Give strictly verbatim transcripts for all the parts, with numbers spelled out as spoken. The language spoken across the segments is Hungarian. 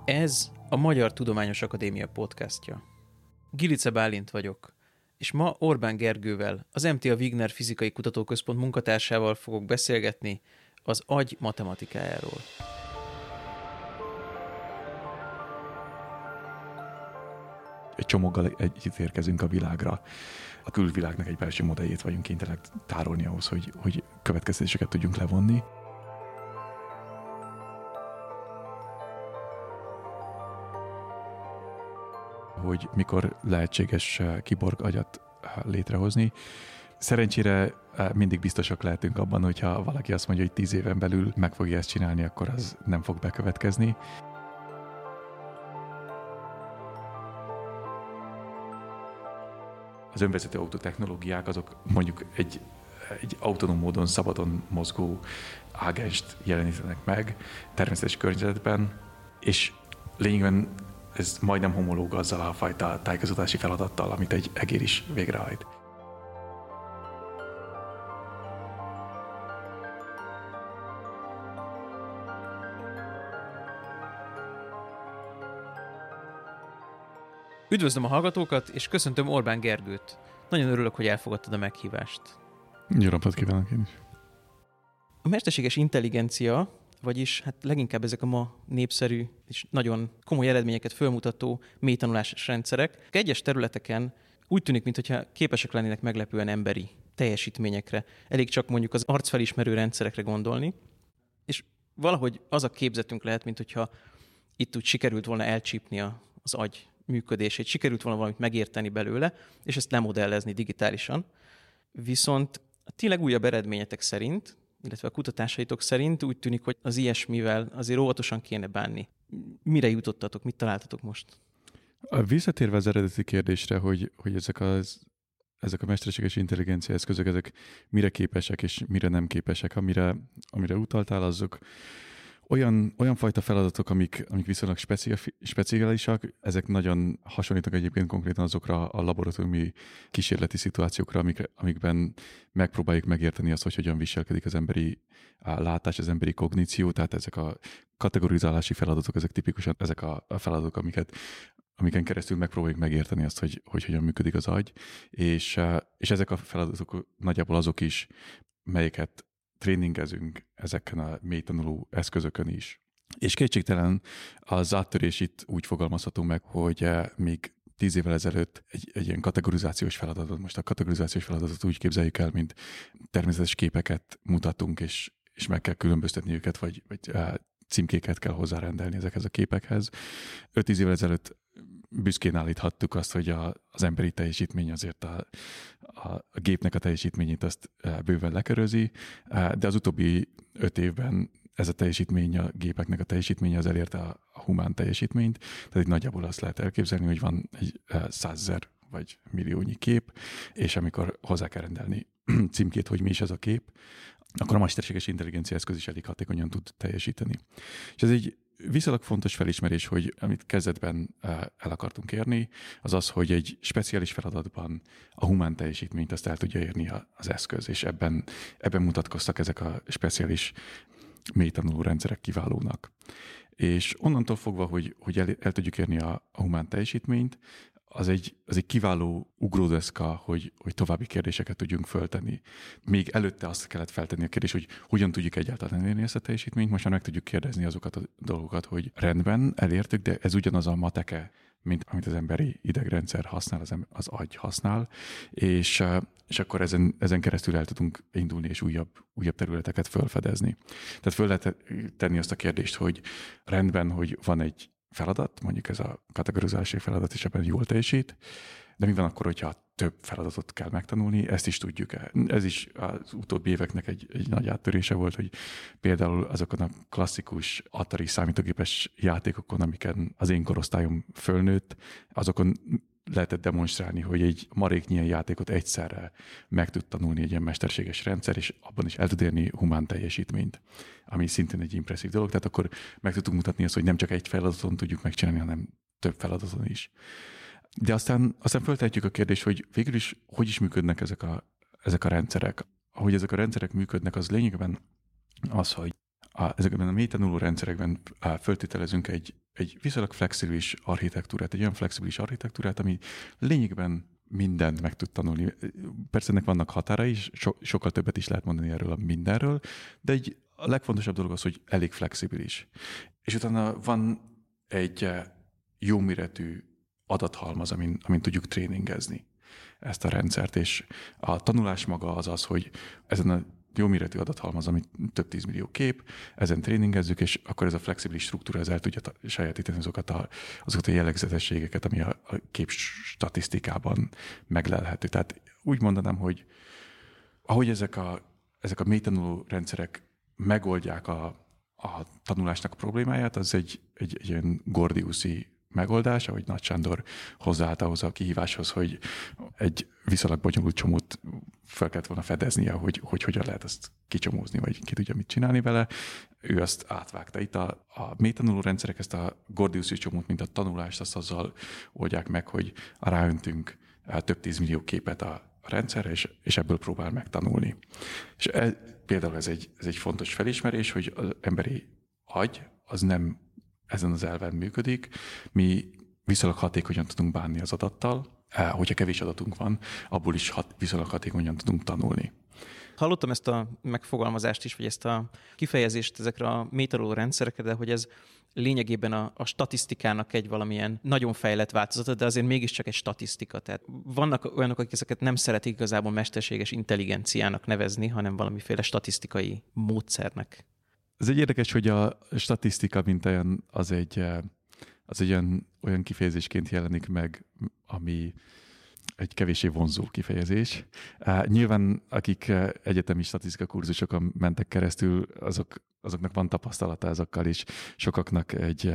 Ez a Magyar Tudományos Akadémia podcastja. Gilice Bálint vagyok, és ma Orbán Gergővel, az em té á Wigner Fizikai Kutatóközpont munkatársával fogok beszélgetni az agy matematikájáról. Egy csomaggal együtt érkezünk a világra. A külvilágnak egy belső modelljét vagyunk kénytelenek tárolni ahhoz, hogy, hogy következtetéseket tudjunk levonni. Hogy mikor lehetséges kiborg agyat létrehozni. Szerencsére mindig biztosak lehetünk abban, hogyha valaki azt mondja, hogy tíz éven belül meg fogja ezt csinálni, akkor az nem fog bekövetkezni. Az önvezető autótechnológiák azok mondjuk egy, egy autonóm módon, szabadon mozgó ágenst jelenítenek meg természetes környezetben, és lényegben ez majdnem homológ azzal a fajta tájékoztatási feladattal, amit egy egér is végrehajt. Üdvözlöm a hallgatókat, és köszöntöm Orbán Gergőt. Nagyon örülök, hogy elfogadtad a meghívást. Jó napot kívánok én is. A mesterséges intelligencia, vagyis hát leginkább ezek a ma népszerű és nagyon komoly eredményeket fölmutató mélytanulásos rendszerek, egyes területeken úgy tűnik, mintha képesek lennének meglepően emberi teljesítményekre. Elég csak mondjuk az arcfelismerő rendszerekre gondolni, és valahogy az a képzetünk lehet, mintha itt úgy sikerült volna elcsípni az agy működését, sikerült volna valamit megérteni belőle, és ezt lemodellezni digitálisan. Viszont a ti legújabb eredményetek szerint, illetve a kutatásaitok szerint úgy tűnik, hogy az ilyesmivel azért óvatosan kéne bánni. Mire jutottatok, mit találtatok most? Visszatérve az eredeti kérdésre, hogy, hogy ezek, az, ezek a mesterséges intelligencia eszközök, ezek mire képesek és mire nem képesek, amire, amire utaltál, azok Olyan, olyan fajta feladatok, amik, amik viszonylag speciálisak, ezek nagyon hasonlítanak egyébként konkrétan azokra a laboratóriumi kísérleti szituációkra, amik, amikben megpróbáljuk megérteni azt, hogy hogyan viselkedik az emberi látás, az emberi kogníció, tehát ezek a kategorizálási feladatok, ezek tipikusan ezek a feladatok, amiket amiken keresztül megpróbáljuk megérteni azt, hogy, hogy hogyan működik az agy, és, és ezek a feladatok nagyjából azok is, melyeket tréningezünk ezeken a mélytanuló eszközökön is. És kétségtelen az áttörés itt úgy fogalmazható meg, hogy még tíz évvel ezelőtt egy, egy ilyen kategorizációs feladatot, most a kategorizációs feladatot úgy képzeljük el, mint természetes képeket mutatunk, és, és meg kell különböztetni őket, vagy, vagy címkéket kell hozzárendelni ezekhez a képekhez. öt-tíz évvel ezelőtt büszkén állíthattuk azt, hogy a, az emberi teljesítmény azért a, a, a gépnek a teljesítményét azt bőven lekörözi, de az utóbbi öt évben ez a teljesítmény, a gépeknek a teljesítménye az elérte a, a humán teljesítményt, tehát itt nagyjából azt lehet elképzelni, hogy van egy százezer vagy milliónyi kép, és amikor hozzá kell rendelni címkét, hogy mi is ez a kép, akkor a mesterséges intelligencia eszköz is elég hatékonyan tud teljesíteni. És ez egy viszonylag fontos felismerés, hogy amit kezdetben el akartunk érni, az az, hogy egy speciális feladatban a humán teljesítményt azt el tudja érni az eszköz, és ebben, ebben mutatkoztak ezek a speciális mélytanuló rendszerek kiválónak. És onnantól fogva, hogy, hogy el, el tudjuk érni a, a humán teljesítményt, az egy, az egy kiváló ugródeszka, hogy, hogy további kérdéseket tudjunk föltenni. Még előtte azt kellett feltenni a kérdés, hogy hogyan tudjuk egyáltalán elérni ezt a teljesítményt, most már meg tudjuk kérdezni azokat a dolgokat, hogy rendben, elértük, de ez ugyanaz a mateke, mint amit az emberi idegrendszer használ, az, az agy használ, és, és akkor ezen, ezen keresztül el tudunk indulni, és újabb, újabb területeket felfedezni. Tehát föl lehet tenni azt a kérdést, hogy rendben, hogy van egy feladat, mondjuk ez a kategorizálási feladat, és ebben jól teljesít, de mi van akkor, hogyha több feladatot kell megtanulni, ezt is tudjuk. Ez is az utóbbi éveknek egy, egy nagy áttörése volt, hogy például azokon a klasszikus Atari számítógépes játékokon, amiken az én korosztályom fölnőtt, azokon lehetett demonstrálni, hogy egy maréknyi ilyen játékot egyszerre meg tud tanulni egy ilyen mesterséges rendszer, és abban is el tud érni humán teljesítményt, ami szintén egy impresszív dolog. Tehát akkor meg tudtuk mutatni azt, hogy nem csak egy feladaton tudjuk megcsinálni, hanem több feladaton is. De aztán, aztán föltehetjük a kérdést, hogy végül is hogy is működnek ezek a, ezek a rendszerek. Ahogy ezek a rendszerek működnek, az lényegében az, hogy a, ezekben a mélytanuló rendszerekben feltételezünk egy, egy viszonylag flexibilis architektúrát, egy olyan flexibilis architektúrát, ami lényegben mindent meg tud tanulni. Persze ennek vannak határai is, so, sokkal többet is lehet mondani erről a mindenről, de egy, a legfontosabb dolog az, hogy elég flexibilis. És utána van egy jó méretű adathalmaz, amin, amin tudjuk tréningezni ezt a rendszert, és a tanulás maga az az, hogy ezen a jó méretű adathalmaz, ami több tízmillió kép, ezen tréningezzük, és akkor ez a flexibilis struktúra ez el tudja sajátítani azokat a, azokat a jellegzetességeket, ami a, a kép statisztikában meglelhető. Tehát úgy mondanám, hogy ahogy ezek a, ezek a mélytanuló rendszerek megoldják a, a tanulásnak a problémáját, az egy, egy, egy ilyen gordiuszi megoldás, ahogy Nagy Sándor hozzáállt ahhoz a kihíváshoz, hogy egy viszonylag bonyolult csomót fel kellett volna fedeznie, hogy, hogy hogyan lehet ezt kicsomózni, vagy ki tudja mit csinálni vele. Ő azt átvágta. Itt a, a mélytanuló rendszerek ezt a gordiuszi csomót, mint a tanulást, azt azzal oldják meg, hogy ráöntünk több tízmillió képet a rendszerre, és, és ebből próbál megtanulni. És ez, például ez egy, ez egy fontos felismerés, hogy az emberi agy az nem ezen az elven működik. Mi viszonylag hatékonyan tudunk bánni az adattal, hogyha kevés adatunk van, abból is hat, viszonylag hatékonyan tudunk tanulni. Hallottam ezt a megfogalmazást is, vagy ezt a kifejezést ezekre a mélytanuló rendszerekre, de hogy ez lényegében a, a statisztikának egy valamilyen nagyon fejlett változata, de azért mégiscsak egy statisztika. Tehát vannak olyanok, akik ezeket nem szeretik igazából mesterséges intelligenciának nevezni, hanem valamiféle statisztikai módszernek. Ez egy érdekes, hogy a statisztika, mint olyan, az egy, az egy olyan, olyan kifejezésként jelenik meg, ami egy kevéssé vonzó kifejezés. Nyilván, akik egyetemi statisztika kurzusokon mentek keresztül, azok, azoknak van tapasztalata azokkal is, sokaknak egy,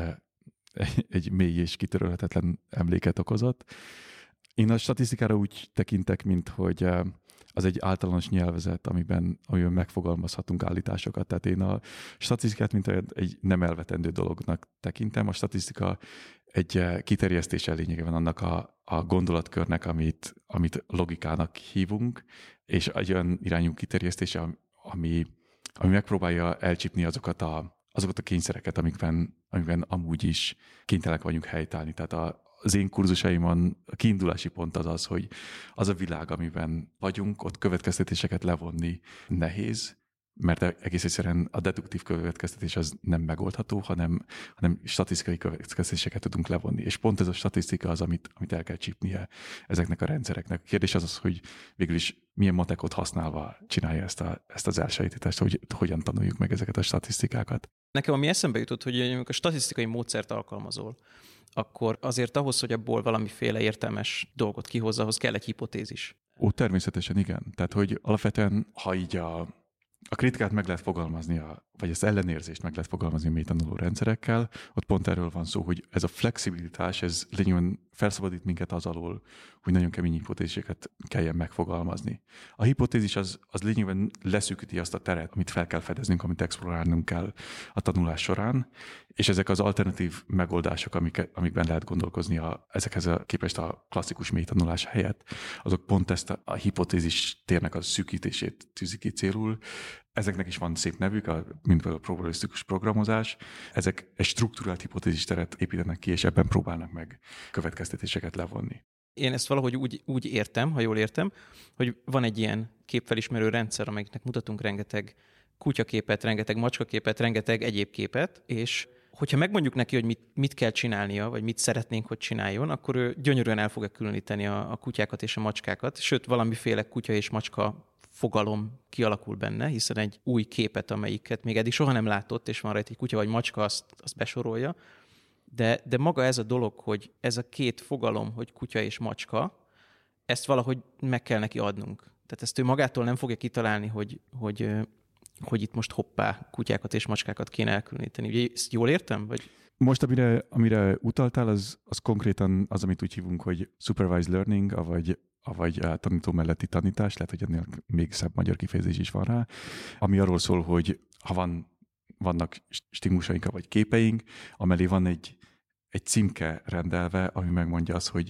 egy mély és kitörölhetetlen emléket okozott. Én a statisztikára úgy tekintek, mint hogy az egy általános nyelvezet, amiben, amiben megfogalmazhatunk állításokat. Tehát én a statisztikát, mint egy nem elvetendő dolognak tekintem. A statisztika egy kiterjesztése lényegében annak a, a gondolatkörnek, amit, amit logikának hívunk, és egy olyan irányú kiterjesztése, ami, ami megpróbálja elcsípni azokat a, azokat a kényszereket, amikben, amikben amúgy is kénytelenek vagyunk helytállni. Tehát a, az én kurzusaimon a kiindulási pont az az, hogy az a világ, amiben vagyunk, ott következtetéseket levonni nehéz, mert egész egyszerűen a deduktív következtetés az nem megoldható, hanem, hanem statisztikai következtetéseket tudunk levonni. És pont ez a statisztika az, amit, amit el kell csípnie ezeknek a rendszereknek. A kérdés az az, hogy végül is milyen matekot használva csinálja ezt, a, ezt az elsajátítást, hogy hogyan tanuljuk meg ezeket a statisztikákat. Nekem ami eszembe jutott, hogy amikor a statisztikai módszert alkalmazol, akkor azért ahhoz, hogy abból valamiféle értelmes dolgot kihozza, ahhoz kell egy hipotézis. Ó, természetesen igen. Tehát, hogy alapvetően, ha így a, a kritikát meg lehet fogalmazni, a, vagy az ellenérzést meg lehet fogalmazni a mélytanuló rendszerekkel, ott pont erről van szó, hogy ez a flexibilitás, ez lényegében felszabadít minket az alól, hogy nagyon kemény hipotéziseket kelljen megfogalmazni. A hipotézis az, az lényegében leszűkíti azt a teret, amit fel kell fedeznünk, amit explorálnunk kell a tanulás során, és ezek az alternatív megoldások, amik, amikben lehet gondolkozni a, ezekhez a képest a klasszikus mélytanulás helyett, azok pont ezt a, a hipotézis térnek a szűkítését tűzik ki célul. Ezeknek is van szép nevük, a, mint például a probabilisztikus programozás. Ezek egy strukturált hipotézis teret építenek ki, és ebben próbálnak meg következtetéseket levonni. Én ezt valahogy úgy, úgy értem, ha jól értem, hogy van egy ilyen képfelismerő rendszer, amelyiknek mutatunk rengeteg kutyaképet, rengeteg macskaképet, rengeteg egyéb képet, és hogyha megmondjuk neki, hogy mit, mit kell csinálnia, vagy mit szeretnénk, hogy csináljon, akkor ő gyönyörűen el fogja különíteni a, a kutyákat és a macskákat, sőt, valamiféle kutya és macska fogalom kialakul benne, hiszen egy új képet, amelyiket még eddig soha nem látott, és van rajta egy kutya vagy macska, azt, azt besorolja. De, de maga ez a dolog, hogy ez a két fogalom, hogy kutya és macska, ezt valahogy meg kell neki adnunk. Tehát ezt ő magától nem fogja kitalálni, hogy, hogy, hogy itt most hoppá, kutyákat és macskákat kéne elkülöníteni. Ugye ezt jól értem? Vagy? Most, amire, amire utaltál, az, az konkrétan az, amit úgy hívunk, hogy supervised learning, avagy vagy tanító melletti tanítás, lehet, hogy ennél még szebb magyar kifejezés is van rá, ami arról szól, hogy ha van, vannak stimulusaink vagy képeink, amellé van egy, egy címke rendelve, ami megmondja azt, hogy,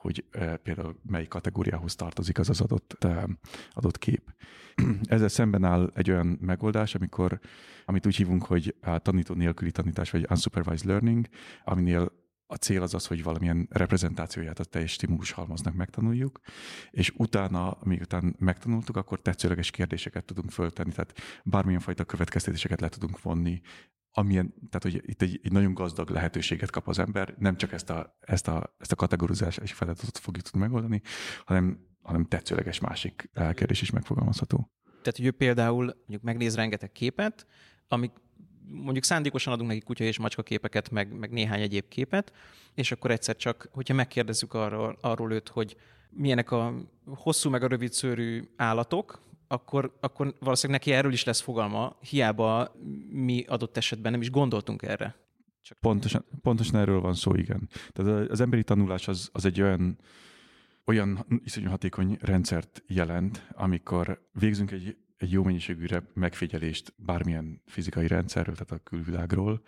hogy például mely kategóriához tartozik az az adott, adott kép. Ezzel szemben áll egy olyan megoldás, amikor, amit úgy hívunk, hogy tanító nélküli tanítás, vagy unsupervised learning, aminél a cél az az, hogy valamilyen reprezentációját a teljes stimulus-halmaznak megtanuljuk, és utána, miután megtanultuk, akkor tetszőleges kérdéseket tudunk föltenni, tehát bármilyen fajta következtetéseket le tudunk vonni, amilyen, tehát hogy itt egy, egy nagyon gazdag lehetőséget kap az ember, nem csak ezt a, ezt a, ezt a kategorizálási feladatot fogjuk tudni megoldani, hanem, hanem tetszőleges másik kérdés is megfogalmazható. Tehát, hogy ő például mondjuk megnéz rengeteg képet, amik mondjuk szándékosan adunk neki kutya és macska képeket, meg, meg néhány egyéb képet, és akkor egyszer csak, hogyha megkérdezzük arról, arról őt, hogy milyenek a hosszú meg a rövid szőrű állatok, akkor, akkor valószínűleg neki erről is lesz fogalma, hiába mi adott esetben nem is gondoltunk erre. Csak pontosan, pontosan erről van szó, igen. Tehát az emberi tanulás az, az egy olyan, olyan iszonyú hatékony rendszert jelent, amikor végzünk egy egy jó mennyiségű megfigyelést bármilyen fizikai rendszerről, tehát a külvilágról,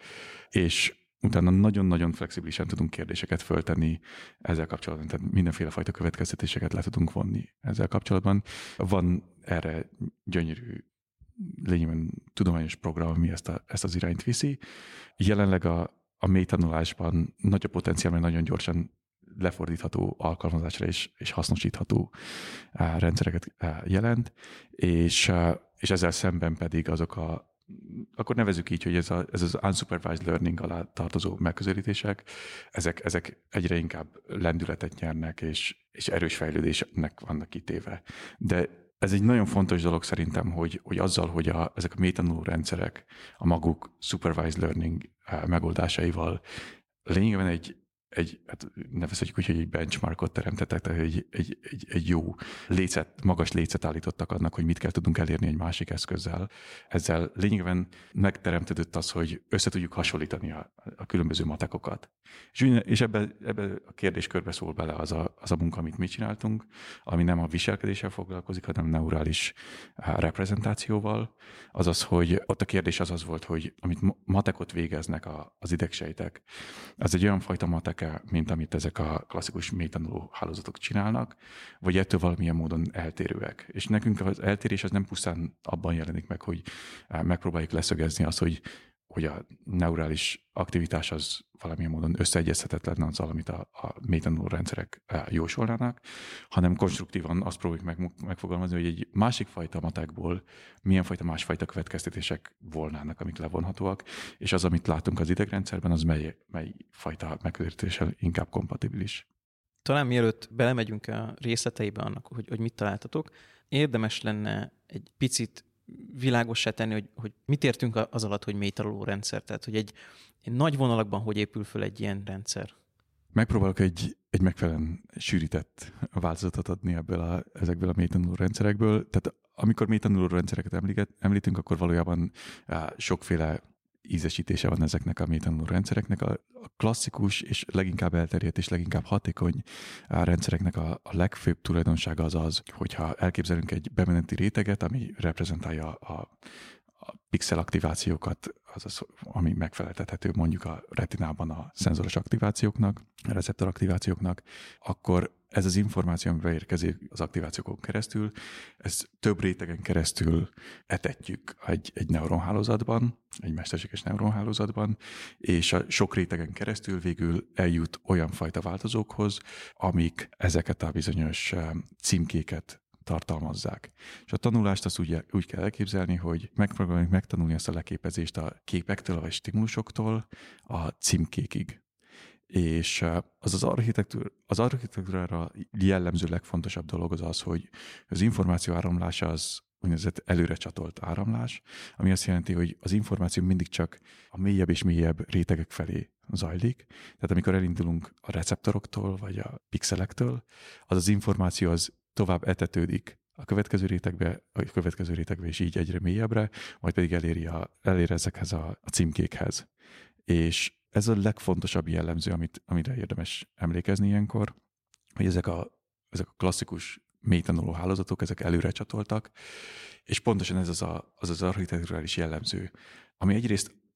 és utána nagyon-nagyon flexibilisen tudunk kérdéseket föltenni ezzel kapcsolatban, tehát mindenféle fajta következtetéseket le tudunk vonni ezzel kapcsolatban. Van erre gyönyörű, lényegében tudományos program, ami ezt, a, ezt az irányt viszi. Jelenleg a, a mély tanulásban nagy a potenciál, mert nagyon gyorsan lefordítható alkalmazásra és, és hasznosítható uh, rendszereket uh, jelent, és, uh, és ezzel szemben pedig azok a, akkor nevezzük így, hogy ez, a, ez az unsupervised learning alá tartozó megközelítések, ezek, ezek egyre inkább lendületet nyernek, és, és erős fejlődésnek vannak kitéve. De ez egy nagyon fontos dolog szerintem, hogy, hogy azzal, hogy a, ezek a mélytanuló rendszerek a maguk supervised learning uh, megoldásaival lényegében egy egy, hát nevezhetjük úgy, hogy egy benchmarkot teremtettek, tehát egy, egy, egy, egy jó lécet, magas lécet állítottak annak, hogy mit kell tudnunk elérni egy másik eszközzel. Ezzel lényegében megteremtődött az, hogy össze tudjuk hasonlítani a, a különböző matekokat. És, és ebbe, ebbe a kérdéskörbe szól bele az a, az a munka, amit mi csináltunk, ami nem a viselkedéssel foglalkozik, hanem neurális reprezentációval. Azaz, hogy ott a kérdés az az volt, hogy amit matekot végeznek a, az idegsejtek, az egy olyan fajta matek, mint amit ezek a klasszikus mélytanuló hálózatok csinálnak, vagy ettől valamilyen módon eltérőek. És nekünk az eltérés az nem pusztán abban jelenik meg, hogy megpróbáljuk leszögezni azt, hogy, hogy a neurális aktivitás az valamilyen módon összeegyezhetetlen azzal, amit a, a mélytanuló rendszerek jósolnának, hanem konstruktívan azt próbáljuk meg, megfogalmazni, hogy egy másik fajta matekból milyen fajta másfajta következtetések volnának, amik levonhatóak, és az, amit látunk az idegrendszerben, az mely, mely fajta megközelítéssel inkább kompatibilis. Talán mielőtt belemegyünk a részleteibe annak, hogy, hogy mit találtatok, érdemes lenne egy picit világossá tenni, hogy, hogy mit értünk az alatt, hogy mélytanuló rendszer. Tehát, hogy egy, egy nagy vonalakban hogy épül föl egy ilyen rendszer. Megpróbálok egy, egy megfelelően sűrített változatot adni ebből a, ezekből a mélytanuló rendszerekből. Tehát amikor mélytanuló rendszereket említ, említünk, akkor valójában sokféle ízesítése van ezeknek a mélytanuló rendszereknek. A klasszikus és leginkább elterjedt és leginkább hatékony rendszereknek a, a legfőbb tulajdonsága az az, hogyha elképzelünk egy bemeneti réteget, ami reprezentálja a, a pixel aktivációkat, azaz, ami megfeleltethető mondjuk a retinában a szenzoros aktivációknak, a receptor aktivációknak, akkor ez az információ, ami beérkezik az aktivációkon keresztül, ezt több rétegen keresztül etetjük egy, egy neuronhálózatban, egy mesterséges neuronhálózatban, és a sok rétegen keresztül végül eljut olyan fajta változókhoz, amik ezeket a bizonyos címkéket tartalmazzák. És a tanulást azt úgy, úgy kell elképzelni, hogy megpróbáljuk megtanulni ezt a leképezést a képektől vagy stimulusoktól a címkékig. És az az, architektúra, az architektúrára jellemző legfontosabb dolog az az, hogy az információ áramlása az úgynevezett előre csatolt áramlás, ami azt jelenti, hogy az információ mindig csak a mélyebb és mélyebb rétegek felé zajlik. Tehát amikor elindulunk a receptoroktól vagy a pixelektől, az az információ az tovább etetődik a következő rétegbe, a következő rétegbe és így egyre mélyebbre, majd pedig eléri, a, elér ezekhez a, a címkékhez. És ez a legfontosabb jellemző, amit, amire érdemes emlékezni ilyenkor, hogy ezek a, ezek a klasszikus mélytanuló hálózatok, ezek előre csatoltak, és pontosan ez az a, az, az architektúrális jellemző, ami egyrészt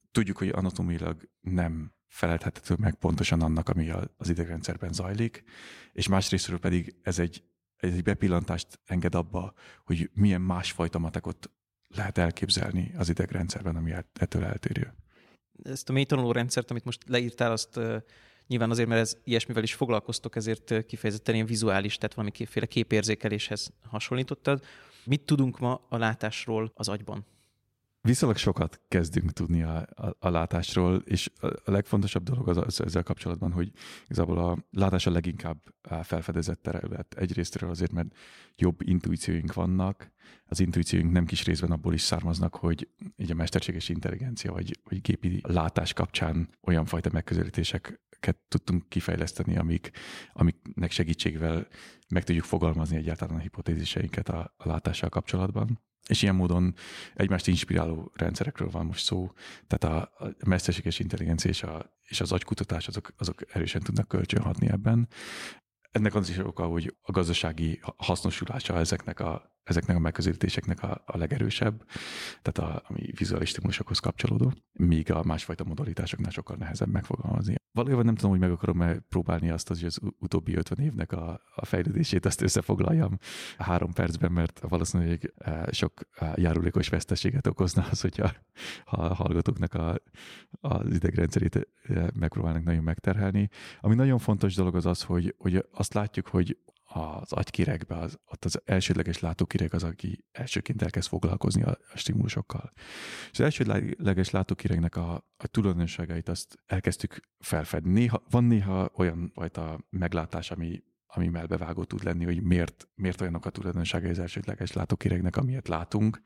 tudjuk, hogy anatomiailag nem felelhethető meg pontosan annak, ami az idegrendszerben zajlik, és másrésztről pedig ez egy, ez egy bepillantást enged abba, hogy milyen másfajta matekot lehet elképzelni az idegrendszerben, ami ettől eltérő. Ezt a mélytanuló rendszert, amit most leírtál, azt uh, nyilván azért, mert ez ilyesmivel is foglalkoztok, ezért kifejezetten ilyen vizuális, tehát valamiféle képérzékeléshez hasonlítottad. Mit tudunk ma a látásról az agyban? Viszonylag sokat kezdünk tudni a, a, a látásról, és a legfontosabb dolog az, az ezzel kapcsolatban, hogy igazából a látás a leginkább felfedezett terület. Egyrésztről azért, mert jobb intuícióink vannak, az intuícióink nem kis részben abból is származnak, hogy így a mesterséges intelligencia vagy, vagy gépi látás kapcsán olyan fajta megközelítéseket tudtunk kifejleszteni, amik, amiknek segítségével meg tudjuk fogalmazni egyáltalán a hipotéziseinket a, a látással kapcsolatban. És ilyen módon egymást inspiráló rendszerekről van most szó, tehát a, a mesterséges intelligencia és, a, és az agykutatás azok, azok erősen tudnak kölcsönhatni ebben. Ennek az is oka, hogy a gazdasági hasznosulása ezeknek a, ezeknek a megközelítéseknek a, a legerősebb, tehát a, ami vizuális stimulusokhoz kapcsolódó, míg a másfajta modalitásoknál sokkal nehezebb megfogalmazni. Valójában nem tudom, hogy meg akarom próbálni azt, hogy az utóbbi ötven évnek a, a fejlődését azt összefoglaljam három percben, mert valószínűleg sok járulékos veszteséget okozna az, hogyha a hallgatóknak a, az idegrendszerét megpróbálnak nagyon megterhelni. Ami nagyon fontos dolog az az, hogy, hogy azt látjuk, hogy az agykirekben, az, ott az elsődleges látókireg az, aki elsőként elkezd foglalkozni a, a stimulusokkal. És az elsődleges látókiregnek a, a tulajdonságait azt elkezdtük felfedni. Néha, van néha olyan fajta meglátás, ami ami melbevágó tud lenni, hogy miért, miért olyanok a tulajdonságai az elsődleges látókiregnek, amilyet látunk.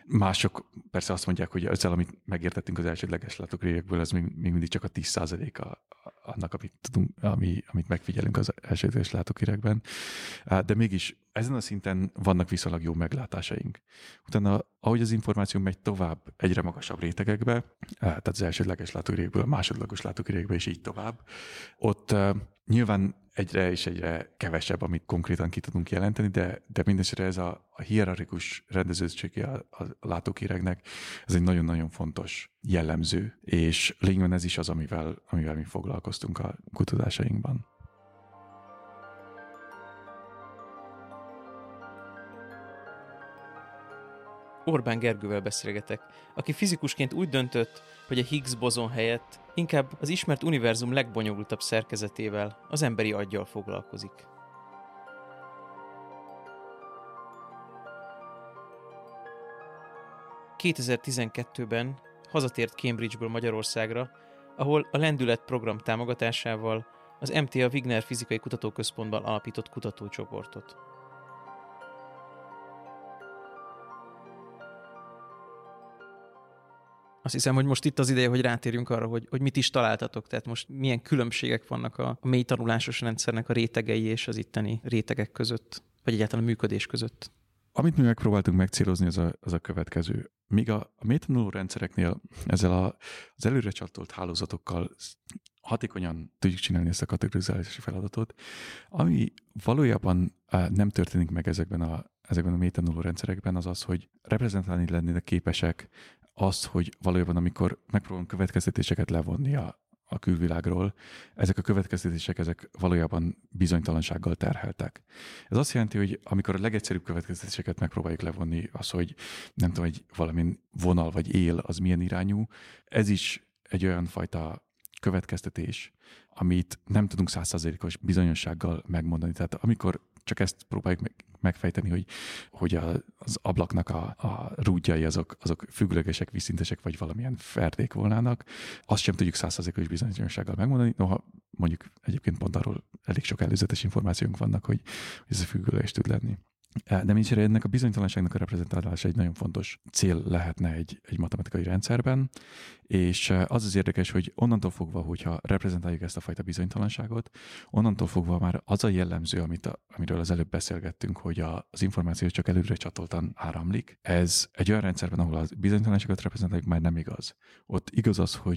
Mások persze azt mondják, hogy ezzel, amit megértettünk az elsődleges látókiregből, ez még, még mindig csak a tíz százaléka annak, amit, tudunk, ami, amit megfigyelünk az elsődleges látókiregben. De mégis ezen a szinten vannak viszonylag jó meglátásaink. Utána, ahogy az információ megy tovább egyre magasabb rétegekbe, tehát az elsődleges látókiregből a másodlagos látókiregbe és így tovább, ott nyilván egyre és egyre kevesebb, amit konkrétan ki tudunk jelenteni, de, de mindenesetre ez a, a hierarchikus rendeződtsége a, a látókiregnek, ez egy nagyon-nagyon fontos jellemző, és lényegében ez is az, amivel, amivel mi foglalkoztunk a kutatásainkban. Orbán Gergővel beszélgetek, aki fizikusként úgy döntött, hogy a Higgs bozon helyett inkább az ismert univerzum legbonyolultabb szerkezetével, az emberi aggyal foglalkozik. kétezer-tizenkettőben hazatért Cambridge-ből Magyarországra, ahol a Lendület program támogatásával az em té á Wigner Fizikai Kutatóközpontban alapított kutatócsoportot. Azt hiszem, hogy most itt az ideje, hogy rátérjünk arra, hogy, hogy mit is találtatok, tehát most milyen különbségek vannak a, a mély tanulásos rendszernek a rétegei és az itteni rétegek között, vagy egyáltalán a működés között. Amit mi megpróbáltunk megcélozni, az a, az a következő. Míg a, a mélytanuló rendszereknél ezzel a, az előre csatolt hálózatokkal hatékonyan tudjuk csinálni ezt a kategorizálási feladatot, ami valójában nem történik meg ezekben a, ezekben a mélytanuló rendszerekben, az az, hogy reprezentálni lennének képesek azt, hogy valójában amikor megpróbálunk következtetéseket levonni a, a külvilágról, ezek a következtetések ezek valójában bizonytalansággal terheltek. Ez azt jelenti, hogy amikor a legegyszerűbb következtetéseket megpróbáljuk levonni, az, hogy nem tudom, hogy valamin vonal vagy él az milyen irányú, ez is egy olyan fajta következtetés, amit nem tudunk száz százalékos bizonyossággal megmondani. Tehát amikor csak ezt próbáljuk megfejteni, hogy, hogy az ablaknak a, a rúdjai azok, azok függőlegesek, vízszintesek, vagy valamilyen ferdék volnának, azt sem tudjuk száz százalékos bizonyossággal megmondani, noha mondjuk egyébként pont arról elég sok előzetes információnk vannak, hogy, hogy ez a függőleges tud lenni. De mindesetre ennek a bizonytalanságnak a reprezentálása egy nagyon fontos cél lehetne egy, egy matematikai rendszerben, és az az érdekes, hogy onnantól fogva, hogyha reprezentáljuk ezt a fajta bizonytalanságot, onnantól fogva már az a jellemző, amit a, amiről az előbb beszélgettünk, hogy a, az információ csak előre csatoltan áramlik, ez egy olyan rendszerben, ahol a bizonytalanságot reprezentáljuk, már nem igaz. Ott igaz az, hogy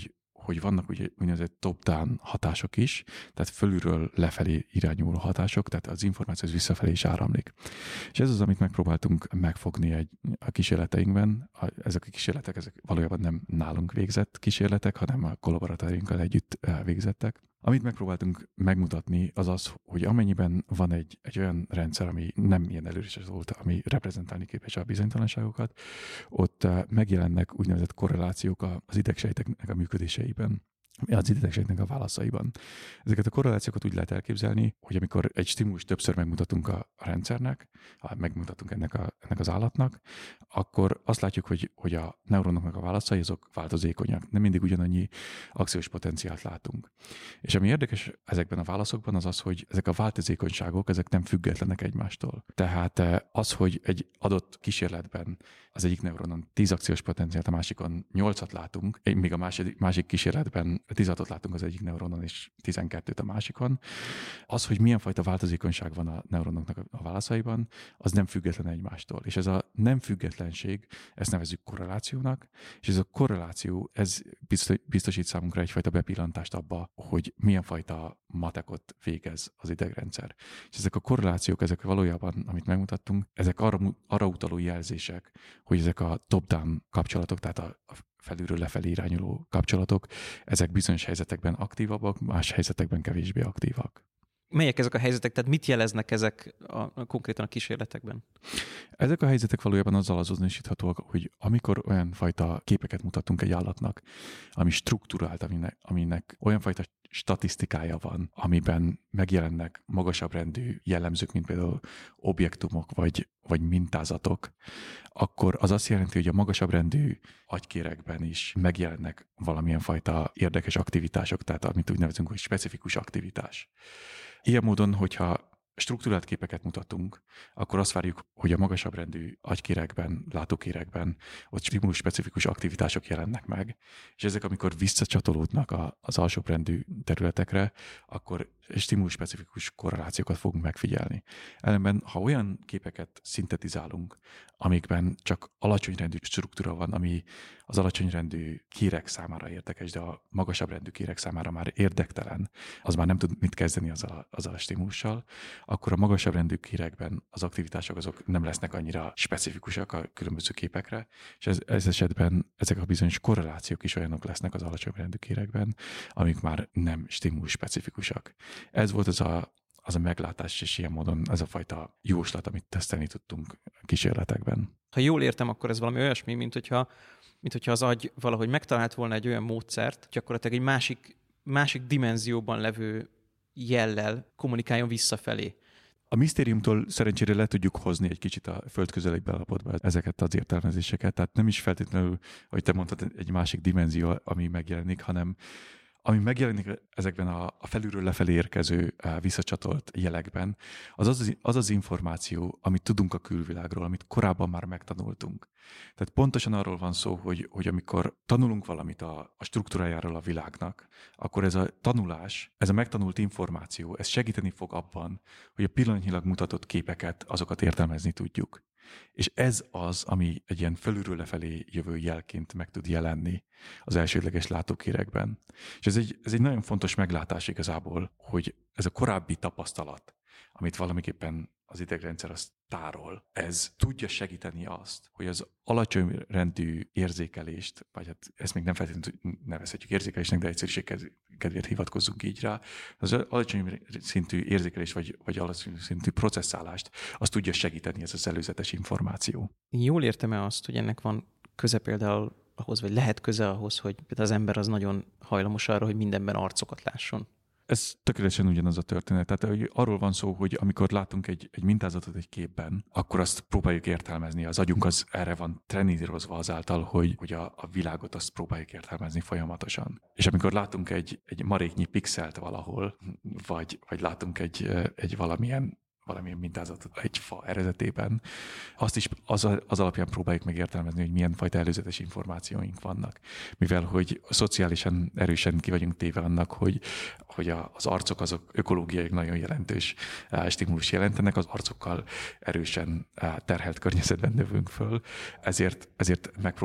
hogy vannak ugye úgynevezett top-down hatások is, tehát fölülről lefelé irányuló hatások, tehát az információ az visszafelé is áramlik. És ez az, amit megpróbáltunk megfogni egy, a kísérleteinkben. A, ezek a kísérletek ezek valójában nem nálunk végzett kísérletek, hanem a kollaboratárainkkal együtt végzettek. Amit megpróbáltunk megmutatni, az az, hogy amennyiben van egy, egy olyan rendszer, ami nem ilyen előre volt, ami reprezentálni képes a bizonytalanságokat, ott megjelennek úgynevezett korrelációk az idegsejteknek a működéseiben, az idegsejtnek a válaszaiban. Ezeket a korrelációkat úgy lehet elképzelni, hogy amikor egy stimulus többször megmutatunk a rendszernek, megmutatunk ennek, a, ennek az állatnak, akkor azt látjuk, hogy, hogy a neuronoknak a válaszai azok változékonyak. Nem mindig ugyanannyi akciós potenciált látunk. És ami érdekes ezekben a válaszokban az az, hogy ezek a változékonyságok, ezek nem függetlenek egymástól. Tehát az, hogy egy adott kísérletben az egyik neuronon tíz akciós potenciált, a másikon nyolcat látunk, még a másik, másik kísérletben tízhatot látunk az egyik neuronon, és tizenkettőt a másikon. Az, hogy milyen fajta változékonyság van a neuronoknak a válaszaiban, az nem független egymástól. És ez a nem függetlenség, ezt nevezzük korrelációnak, és ez a korreláció, ez biztosít számunkra egyfajta bepillantást abba, hogy milyen fajta matekot végez az idegrendszer. És ezek a korrelációk, ezek valójában, amit megmutattunk, ezek arra, arra utaló jelzések, hogy ezek a top-down kapcsolatok, tehát a felülről lefelé irányuló kapcsolatok, ezek bizonyos helyzetekben aktívabbak, más helyzetekben kevésbé aktívak. Melyek ezek a helyzetek? Tehát mit jeleznek ezek a, a, konkrétan a kísérletekben? Ezek a helyzetek valójában azzal azonosíthatóak, hogy amikor olyan fajta képeket mutatunk egy állatnak, ami strukturált, aminek, aminek olyan fajta statisztikája van, amiben megjelennek magasabb rendű jellemzők, mint például objektumok vagy, vagy mintázatok, akkor az azt jelenti, hogy a magasabb rendű agykérekben is megjelennek valamilyen fajta érdekes aktivitások, tehát amit úgy nevezünk, hogy specifikus aktivitás. Ilyen módon, hogyha struktúrált képeket mutatunk, akkor azt várjuk, hogy a magasabb rendű agykérekben, látókérekben ott stimulus specifikus aktivitások jelennek meg, és ezek, amikor visszacsatolódnak az alsóbb rendű területekre, akkor stimulus specifikus korrelációkat fogunk megfigyelni. Ellenben, ha olyan képeket szintetizálunk, amikben csak alacsony rendű struktúra van, ami az alacsony rendű kérek számára érdekes, de a magasabb rendű kérek számára már érdektelen, az már nem tud mit kezdeni azzal a, azzal a stimulussal, akkor a magasabb rendű kérekben az aktivitások azok nem lesznek annyira specifikusak a különböző képekre, és ez, ez esetben ezek a bizonyos korrelációk is olyanok lesznek az alacsony rendű kérekben, amik már nem stimulus specifikusak. Ez volt az a, az a meglátás, és ilyen módon ez a fajta jóslat, amit tesztelni tudtunk kísérletekben. Ha jól értem, akkor ez valami olyasmi, mint hogyha, mint hogyha az agy valahogy megtalált volna egy olyan módszert, gyakorlatilag egy másik, másik dimenzióban levő jellel kommunikáljon visszafelé. A misztériumtól szerencsére le tudjuk hozni egy kicsit a földközeli állapotba ezeket az értelmezéseket, tehát nem is feltétlenül, hogy te mondtad, egy másik dimenzió, ami megjelenik, hanem ami megjelenik ezekben a, a felülről lefelé érkező visszacsatolt jelekben, az az, az az az információ, amit tudunk a külvilágról, amit korábban már megtanultunk. Tehát pontosan arról van szó, hogy, hogy amikor tanulunk valamit a, a struktúrájáról a világnak, akkor ez a tanulás, ez a megtanult információ, ez segíteni fog abban, hogy a pillanatnyilag mutatott képeket, azokat értelmezni tudjuk. És ez az, ami egy ilyen felülről lefelé jövő jelként meg tud jelenni az elsődleges látókérekben. És ez egy, ez egy nagyon fontos meglátás igazából, hogy ez a korábbi tapasztalat, amit valamiképpen az idegrendszer azt tárol, ez tudja segíteni azt, hogy az alacsony rendű érzékelést, vagy hát ezt még nem feltétlenül nevezhetjük érzékelésnek, de egyszerűség kedvéért hivatkozzunk így rá, az alacsony szintű érzékelés, vagy, vagy alacsony szintű processzálást, azt tudja segíteni ez az előzetes információ. Jól értem-e azt, hogy ennek van köze például ahhoz, vagy lehet köze ahhoz, hogy például az ember az nagyon hajlamos arra, hogy mindenben arcokat lásson? Ez tökéletesen ugyanaz a történet. Tehát hogy arról van szó, hogy amikor látunk egy, egy mintázatot egy képben, akkor azt próbáljuk értelmezni. Az agyunk az erre van trenírozva azáltal, hogy, hogy a, a világot azt próbáljuk értelmezni folyamatosan. És amikor látunk egy, egy maréknyi pixelt valahol, vagy, vagy látunk egy, egy valamilyen valamilyen mintázatot egy fa eredetében, azt is az, az alapján próbáljuk megértelmezni, hogy milyen fajta előzetes információink vannak. Mivel, hogy szociálisan erősen ki vagyunk téve annak, hogy, hogy a, az arcok azok ökológiai nagyon jelentős stimulus jelentenek, az arcokkal erősen terhelt környezetben növünk föl, ezért, ezért megpróbáljuk